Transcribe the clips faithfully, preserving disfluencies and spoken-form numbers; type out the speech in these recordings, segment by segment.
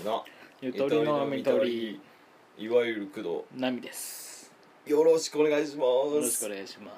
ーのゆとりのみとり、 いわゆる工藤なみです。 よろしくお願いします。 よろしくお願いします。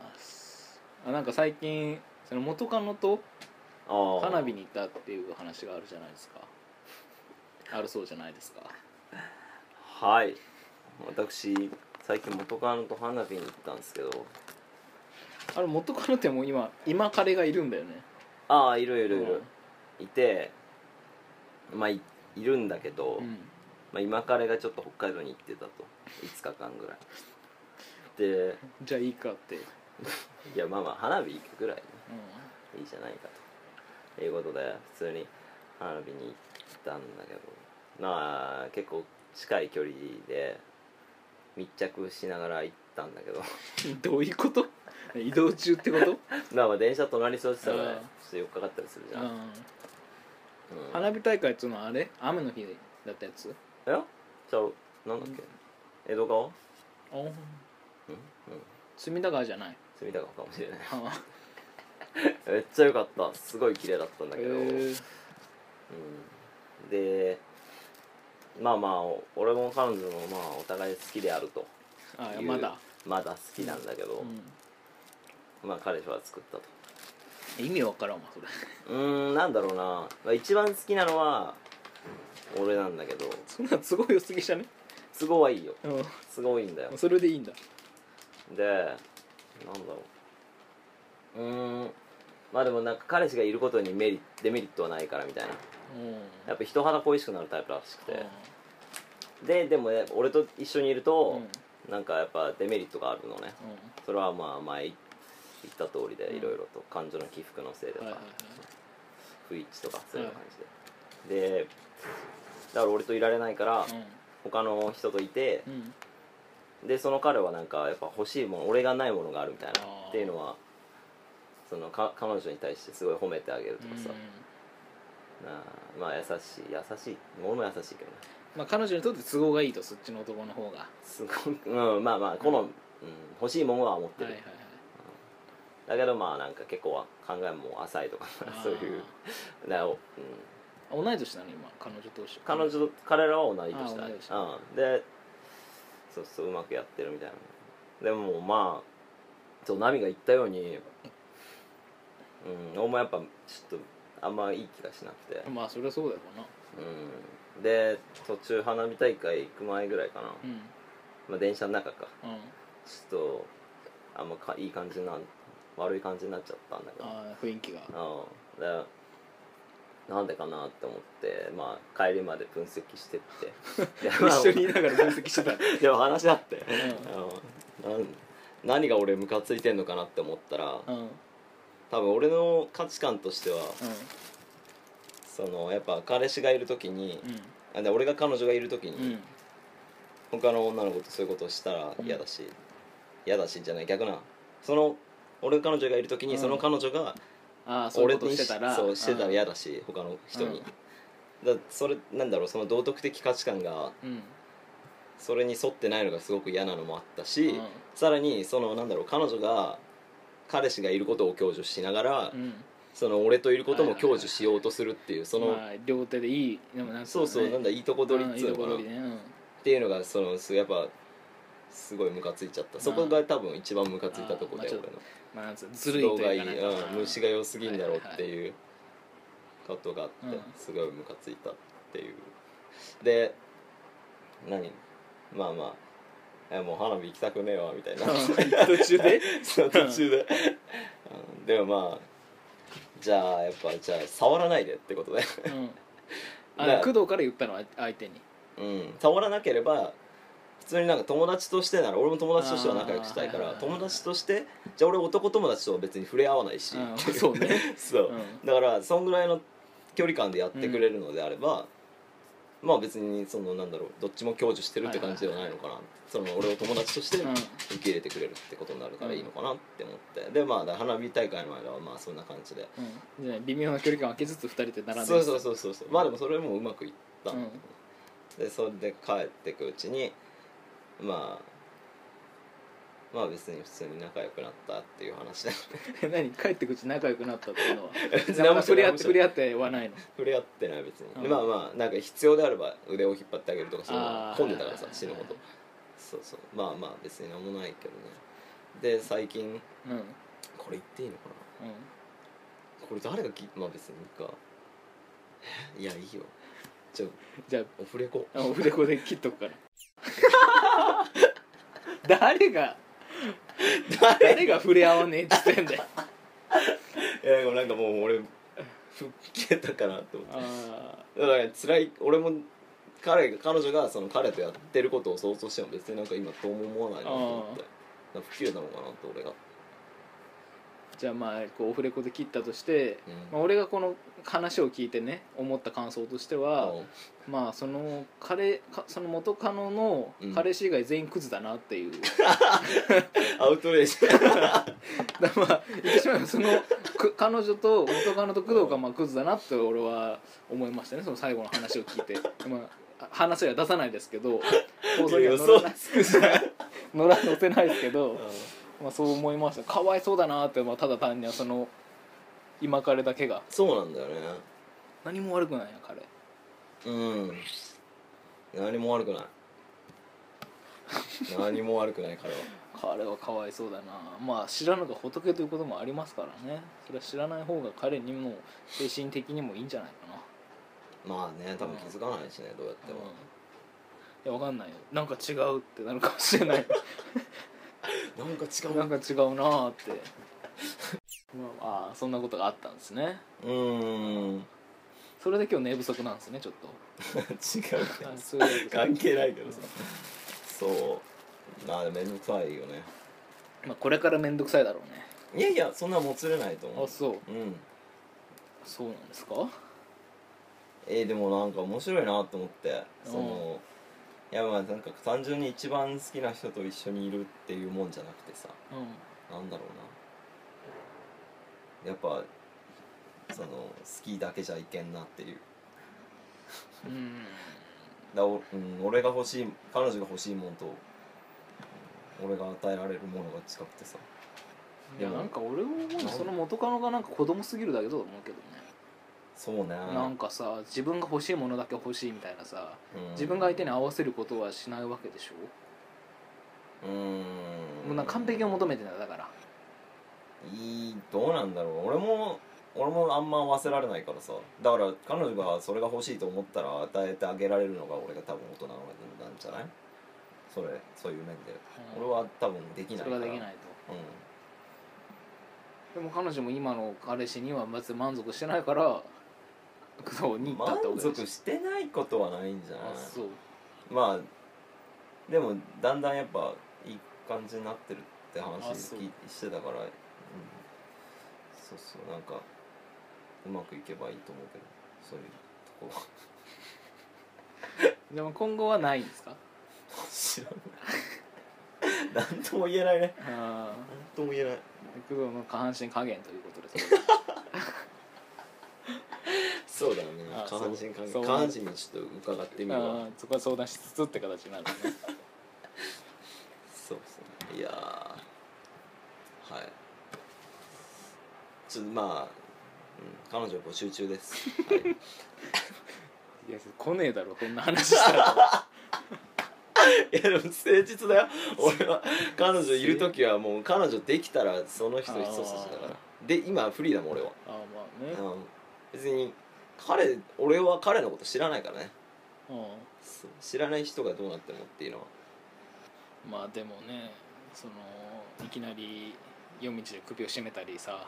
あ、なんか最近その元カノとあ花火に行ったっていう話があるじゃないですか。あるそうじゃないですか。 はい、私最近元カノと花火に行ったんですけど、 あれ元カノってもう今今彼がいるんだよね。 ああいるいるいる、いてまあ い, いるんだけど、 うん、 まあ、今彼がちょっと北海道に行ってたといつかかんぐらいで、 じゃあいいかって、 いやまあまあ花火行くぐらい、ねういいじゃないかということで普通に花火に行ったんだけど、まあ結構近い距離で密着しながら行ったんだけどん、どういうこと？移動中ってこと？ まあまあ電車隣に座ってたらねあーちょっとよっかかったりするじゃん、うん、 うん、花火大会っつうのはあれ雨の日だったやつ？ えじゃあなんだっけ、江戸川、うんおうん、 隅田川じゃない？ 隅田川かもしれないあめっちゃ良かった、すごい綺麗だったんだへけど、 ーうん、でまあまあ俺も彼女もまあお互い好きであるとあ、 いうまだまだ好きなんだけど、 うまあ彼氏は作ったと。 ん、意味わからんわそれ。 うーんなんだろうな、まあ、一番好きなのは俺なんだけど、 そんな都合良すぎじゃね？ 都合はいいよ、 う都合いいんだよ。 ん、それでいいんだ。 でなんだろう、うーんまあでもなんか彼氏がいることにメリデメリットはないからみたいな、 うんやっぱ人肌恋しくなるタイプらしくて、ででもね俺と一緒にいると、 うんなんかやっぱデメリットがあるのね。 うそれはまあ前言った通りでうんいろいろと感情の起伏のせいでとか、 ん、はいはいはい、 不一致とかそういう感じで、でだから俺といられないから他の人といて、 うんうん、 でその彼はなんかやっぱ欲しいもの俺がないものがあるみたいなあーっていうのはそのか彼女に対してすごい褒めてあげるとかさ、なあまあ優しい優しい俺も優しいけどね、 まあ彼女にとって都合がいいと、そっちの男の方が。 すごい、うん、まあまあこの、うん、欲しいものは持ってる、 はいはいはい、 だけどまあなんか結構は考えも浅いとかそういうだから、うん、 同い年なの今彼女とし彼女と彼らは同い年だあ同い年うん、でそうそううまくやってるみたいな。でもまあそうナミが言ったように、うん、俺もやっぱちょっとあんまいい気がしなくて、 まあそりゃそうだよな。 うん、で途中花火大会行く前ぐらいかな、 うんまあ、電車の中かうん、 ちょっとあんまかいい感じな悪い感じになっちゃったんだけど、 ああ雰囲気が。 うん、でなんでかなって思って、まあ、帰りまで分析してって一緒にいながら分析してた。 でも話あって、 ううん、なん何が俺ムカついてんのかなって思ったら、 んうん多分俺の価値観としてはうそのやっぱ彼氏がいる時に、 んあで俺が彼女がいる時うんうに、 ん他の女の子とそういうことをしたら嫌だし、嫌だしじゃない逆なその俺が彼女がいる時に、 うんその彼女がああそういうこと俺にしてたらそうしてたら嫌だし、他の人に、だそれなんだろうその道徳的価値観がうんそれに沿ってないのがすごく嫌なのもあったし、 うんさらにそのなんだろう彼女が彼氏がいることを享受しながら、 うん、 その俺といることも享受しようとするっていうその、 まあ両手でいいでもなんそうそうなんだいいとこ取りっつうのかな、 うんいいとこ取りね、うんっていうのがそのすやっぱすごいムカついちゃった。そこが多分一番ムカついたとこで、 あー俺のまあなんつうのずるいというかなんか都合がいい、うん、虫が良すぎんだろうってう、 いうことがあって、 うんすごいムカついたっていう。で何まあまあえもう花火行きたくねえわみたいな途中でそう途中でうんでもまあじゃあやっぱじゃあ触らないでってことでうんあだ工藤から言ったのは相手に。 うん触らなければ普通になんか友達としてなら俺も友達としては仲良くしたいから、 あーはいはいはい友達としてじゃあ俺男友達とは別に触れ合わないし、 うんそうねそう、 うんだからそんぐらいの距離感でやってくれるのであれば、まあ別にそのなんだろうどっちも享受してるって感じではないのかな、その俺を友達としてうん受け入れてくれるってことになるからいいのかなって思って、でまあだから花火大会の間はまあそんな感じで、 うんで微妙な距離感を空けつつふたりで並んでそうそうそうそうそうまあでもそれもうまくいったの、 うんでそれで帰ってくうちにまあまあ別に普通に仲良くなったっていう話だよね何帰ってくる仲良くなったっていうのは別に何も触れ合って触れ合ってはないの？ 触れ合ってない別に、 うんでまあまあなんか必要であれば腕を引っ張ってあげるとかそういうのあー混んでたからさはい死ぬほどそうそうまあまあ別になんもないけどねで最近うんうんこれ言っていいのかなこれ誰が聞いまあ別にいいかいやいいよじゃあじゃオフレコあオフレコで切っとくから誰が誰が触れ合わねえって言ってんだよいやでもなんかもう俺吹っ切れたかなと思ってあだから辛い俺も彼が彼女がその彼とやってることを想像しても別になんか今どうも思わないなと思ってなんか吹っ切れたのかなと俺がじゃあまあこうオフレコで切ったとして、 うんまあ、俺がこの話を聞いてね思った感想としては、 うんまあその彼かその元カノの彼氏以外全員クズだなっていう、 アウトレイジだからまあ言ってしまえばそのく彼女と元カノと工藤がまあクズだなって俺は思いましたねその最後の話を聞いて、まあ、話は出さないですけど放送には載らない乗ら載せないですけど、まあ、そう思いましたかわいそうだなって、まあ、ただ単にはその今彼だけがそうなんだよね何も悪くないよ彼うん何も悪くない何も悪くない彼は彼はかわいそうだなまあ知らぬが仏ということもありますからねそれは知らない方が彼にも精神的にもいいんじゃないかなまあね多分気づかないしねどうやっても、 いやわかんないよなんか違うってなるかもしれないなんか違うなんか違うなーってまああーそんなことがあったんですねうーんそれで今日寝不足なんですねちょっと違うけどあそういうこと関係ないけどさそうまあめんどくさいよねまあこれからめんどくさいだろうねいやいやそんなもつれないと思うあそううんそうなんですかえー、でもなんか面白いなと思ってそのいやまあなんか単純に一番好きな人と一緒にいるっていうもんじゃなくてさうんなんだろうなやっぱその好きだけじゃいけんなっていううんだお、うん、俺が欲しい彼女が欲しいもんと俺が与えられるものが近くてさいやなんか俺も思うにその元カノがなんか子供すぎるだけだと思うけどねそうねなんかさ自分が欲しいものだけ欲しいみたいなさ、 うん、 自分が相手に合わせることはしないわけでしょうーんもうなんか完璧を求めてんだよだからいいどうなんだろう俺も俺もあんま合わせられないからさだから彼女がそれが欲しいと思ったら与えてあげられるのが俺が多分大人なんじゃないそれそういう面で、うん、俺は多分できないからそれができないと、 うん、 でも彼女も今の彼氏にはまず満足してないから工藤に行ったってわけでしょ満足してないことはないんじゃないあそうまあでもだんだんやっぱいい感じになってるって話あそう聞いしてたから、うん、そうそうなんかうまくいけばいいと思うけどそういうとこでも今後はないんですか知らない何とも言えないねあ何とも言えない工藤の下半身加減ということですそうだねあ下半身関そう係下半身にちょっと伺ってみるわあそこは相談しつつって形になるねそうそういやーはいちょっとまあ、うん、彼女募集中です、はい、 いや来ねえだろこんな話したらいやでも誠実だよ俺は彼女いる時はもう彼女できたらその人一つだからで今フリーだもん俺はあまあね、 うん、別に彼俺は彼のこと知らないからねうん知らない人がどうなってもっていうのはまあでもねそのいきなり夜道で首を絞めたりさ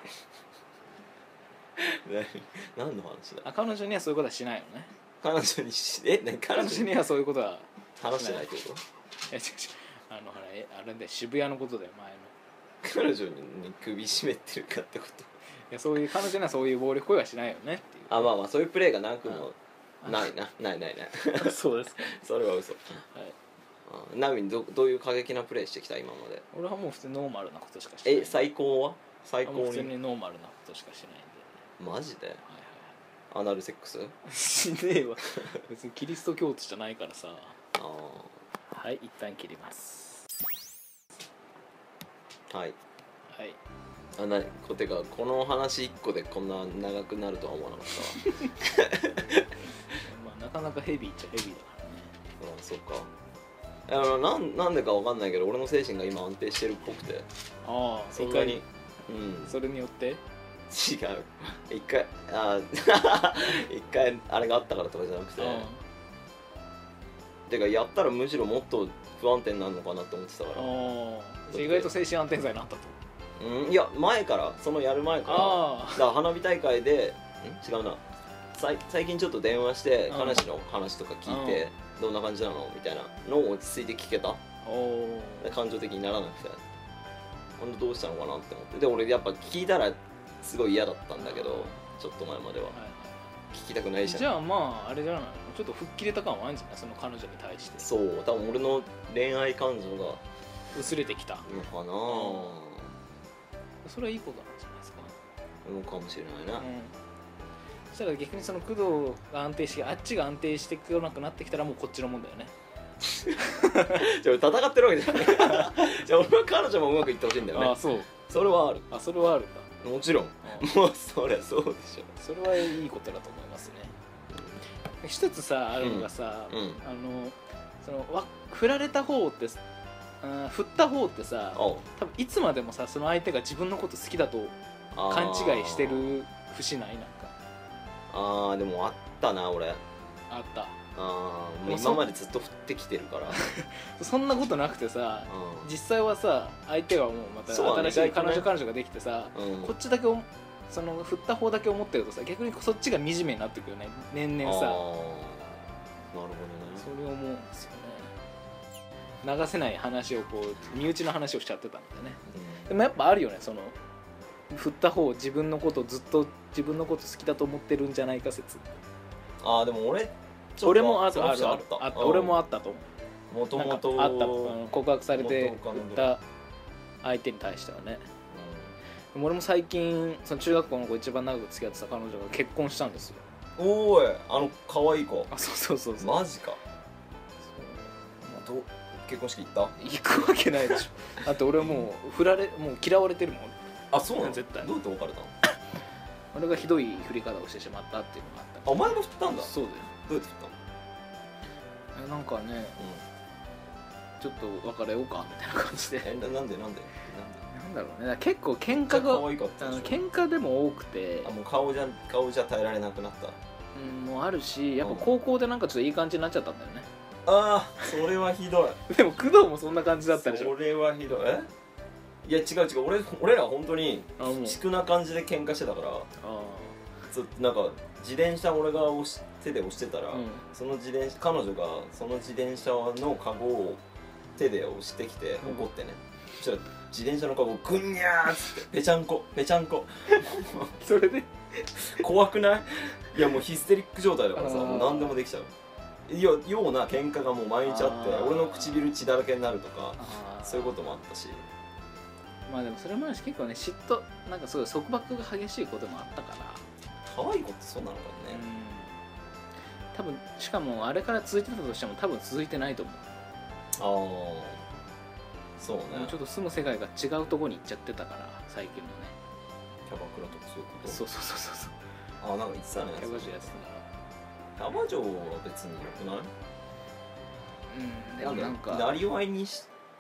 何の話だあ彼女にはそういうことはしないよね彼女にしえ何彼女に彼女にはそういうことは話してないってこといや違う違うあのほらえあれで渋谷のことだよ前の彼女に首絞めてるかってこといやそういう彼女にはそういう暴力行為はしないよねっていうあまあまあそういうプレーがなくもないなないないないそうですかそれは嘘はいあナミに ど, どういう過激なプレーしてきた今まで俺はもう普通にノーマルなことしかしてないえ最高は最高に普通にノーマルなことしかしないんでマジではいアナルセックスしねえわ別にキリスト教徒じゃないからさあはい一旦切りますはいはいあなこてかこの話いっこでこんな長くなるとは思わなかったわまあなかなかヘビーっちゃヘビーだからね。 あそっかあのなんなんでかわかんないけど俺の精神が今安定してるっぽくてああそんなにうんそれによって違う一回あ一回あれがあったからとかじゃなくててかやったらむしろもっと不安定になるのかなって思ってたからああ意外と精神安定剤になったと。 うんいや前からそのやる前からあだから花火大会でん違うなさい最近ちょっと電話してうん彼氏の話とか聞いてどんな感じなのみたいなのを落ち着いて聞けたあおお感情的にならなくてほんとどうしたのかなって思ってで俺やっぱ聞いたらすごい嫌だったんだけどちょっと前までは聞きたくないじゃんじゃあまああれじゃないのちょっと吹っ切れた感はあるんじゃないその彼女に対してそう多分俺の恋愛感情が薄れてきたのかなのそれはいいことなんじゃないですか。 かもしれないな、 うんそしたら逆にその工藤が安定してあっちが安定してこなくなってきたらもうこっちのもんだよね。 じゃあ俺戦ってるわけじゃないじゃあ俺は彼女もうまくいってほしいんだよねああそうそれはあるあそれはあるんだ。 もちろんうんもうそりゃそうでしょそれはいいことだと思いますね。一つさあるのがさ、 うんうんあのそのわ振られた方ってあ振った方ってさおう多分いつまでもさその相手が自分のこと好きだとあー勘違いしてる節ないなんかあーでもあったな俺あったあーもうもうそ今までずっと振ってきてるからそんなことなくてさ実際はさ相手はもうまたそうだね新しい彼女意外とね彼女ができてさ、 うんこっちだけおその振った方だけ思ってるとさ逆にそっちが惨めになってくるよね年々さあーなるほどねそれを思うんですよね流せない話をこう身内の話をしちゃってたんでねでもやっぱあるよねその振った方自分のことずっと自分のこと好きだと思ってるんじゃないか説ああでも俺ちょっと俺もあるそのあるある節あったあった俺もあったと思うもともとなんかあったあの告白されて元カノ振った相手に対してはねでも俺も最近その中学校の子一番長く付き合ってた彼女が結婚したんですよおーいあの可愛い子あそうそうそうそうマジかどう結婚式行った行くわけないでしょだって俺もう振られもう嫌われてるもんあそうなの絶対どうやって別れたの俺がひどい振り方をしてしまったっていうのがあったあお前が振ったんだそうだよどうやって振ったのえなんかねうちょっと別れようかみたいな感じでんえななんでなんでなんだろうねだから結構喧なんで嘩が可愛かったあのでしょ喧嘩でも多くてあもう顔じゃ顔じゃ耐えられなくなったうんもうあるしやっぱ高校でなんかちょっといい感じになっちゃったんだよねああそれはひどいでも工藤もそんな感じだったでしょそれはひどいえいや違う違う俺俺ら本当にあもうちくな感じで喧嘩してたからあずっとなんか自転車俺が押し手で押してたら、 うんその自転車彼女がその自転車のカゴを手で押してきてうん怒ってね、そしたら自転車のカゴぐにゃーっつってぺちゃんこぺちゃんこそれで怖くないいやもうヒステリック状態だからさあーもう何でもできちゃういやような喧嘩がもう毎日あってあー俺の唇血だらけになるとかあーそういうこともあったしまあでもそれもあるし結構ね嫉妬なんかすごい束縛が激しい子でもあったから可愛い子ってそうなのかもね、 うん多分しかもあれから続いてたとしても多分続いてないと思うああそうねもうちょっと住む世界が違うところに行っちゃってたから最近のねキャバクラとかそういうことそうそうそうそうそうああなんか言ってたねキャバ嬢やってたからキャバ嬢は別に良くないうんでもなんかなりわいにし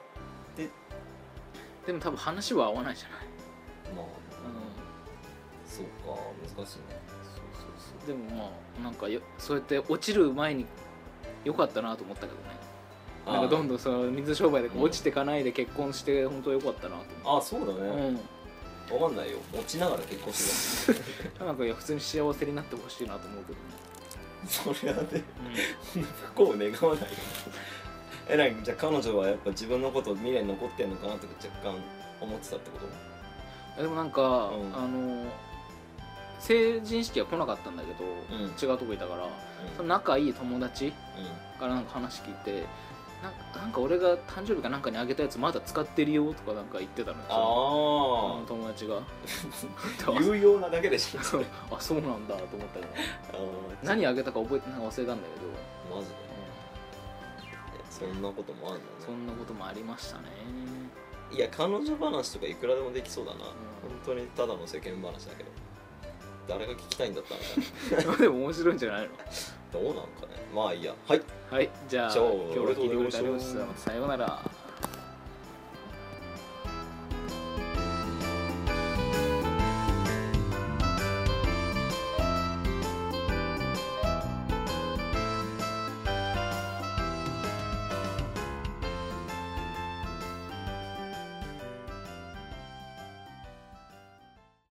でも多分話は合わないじゃないまあ、 うんそうか難しいねそうそうそうでもまあなんかよそうやって落ちる前に良かったなと思ったけどねなんかどんどんその水商売でこう落ちてかないで結婚して本当良かったなとああそうだ思って、 ね、分かんないよ落ちながら結婚してるうんなんかいや普通に幸せになってほしいなと思うけどね、 それはねうん不幸を願わないよえなんかじゃあ彼女はやっぱ自分のこと未練に残ってんのかなとか若干思ってたってことでもなんか、 うんあの成人式は来なかったんだけど、 うん違うとこいたから、その仲いい友達からなんか話聞いてなんかなんか俺が誕生日かなんかにあげたやつまだ使ってるよとかなんか言ってたのよそのああ友達が有用なだけでしょそうあそうなんだと思ったけどあー何あげたか覚えてなんか忘れたんだけど、 マジでそんなこともあるのねそんなこともありましたねいや彼女話とかいくらでもできそうだな、 ん本当にただの世間話だけど誰が聞きたいんだったらみたいなでも面白いんじゃないの。 どうなのかね。まあいいや。はい。 はい、じゃあじゃあ今日は聞いてくれてありがとうございありがとうございまます。さようなら。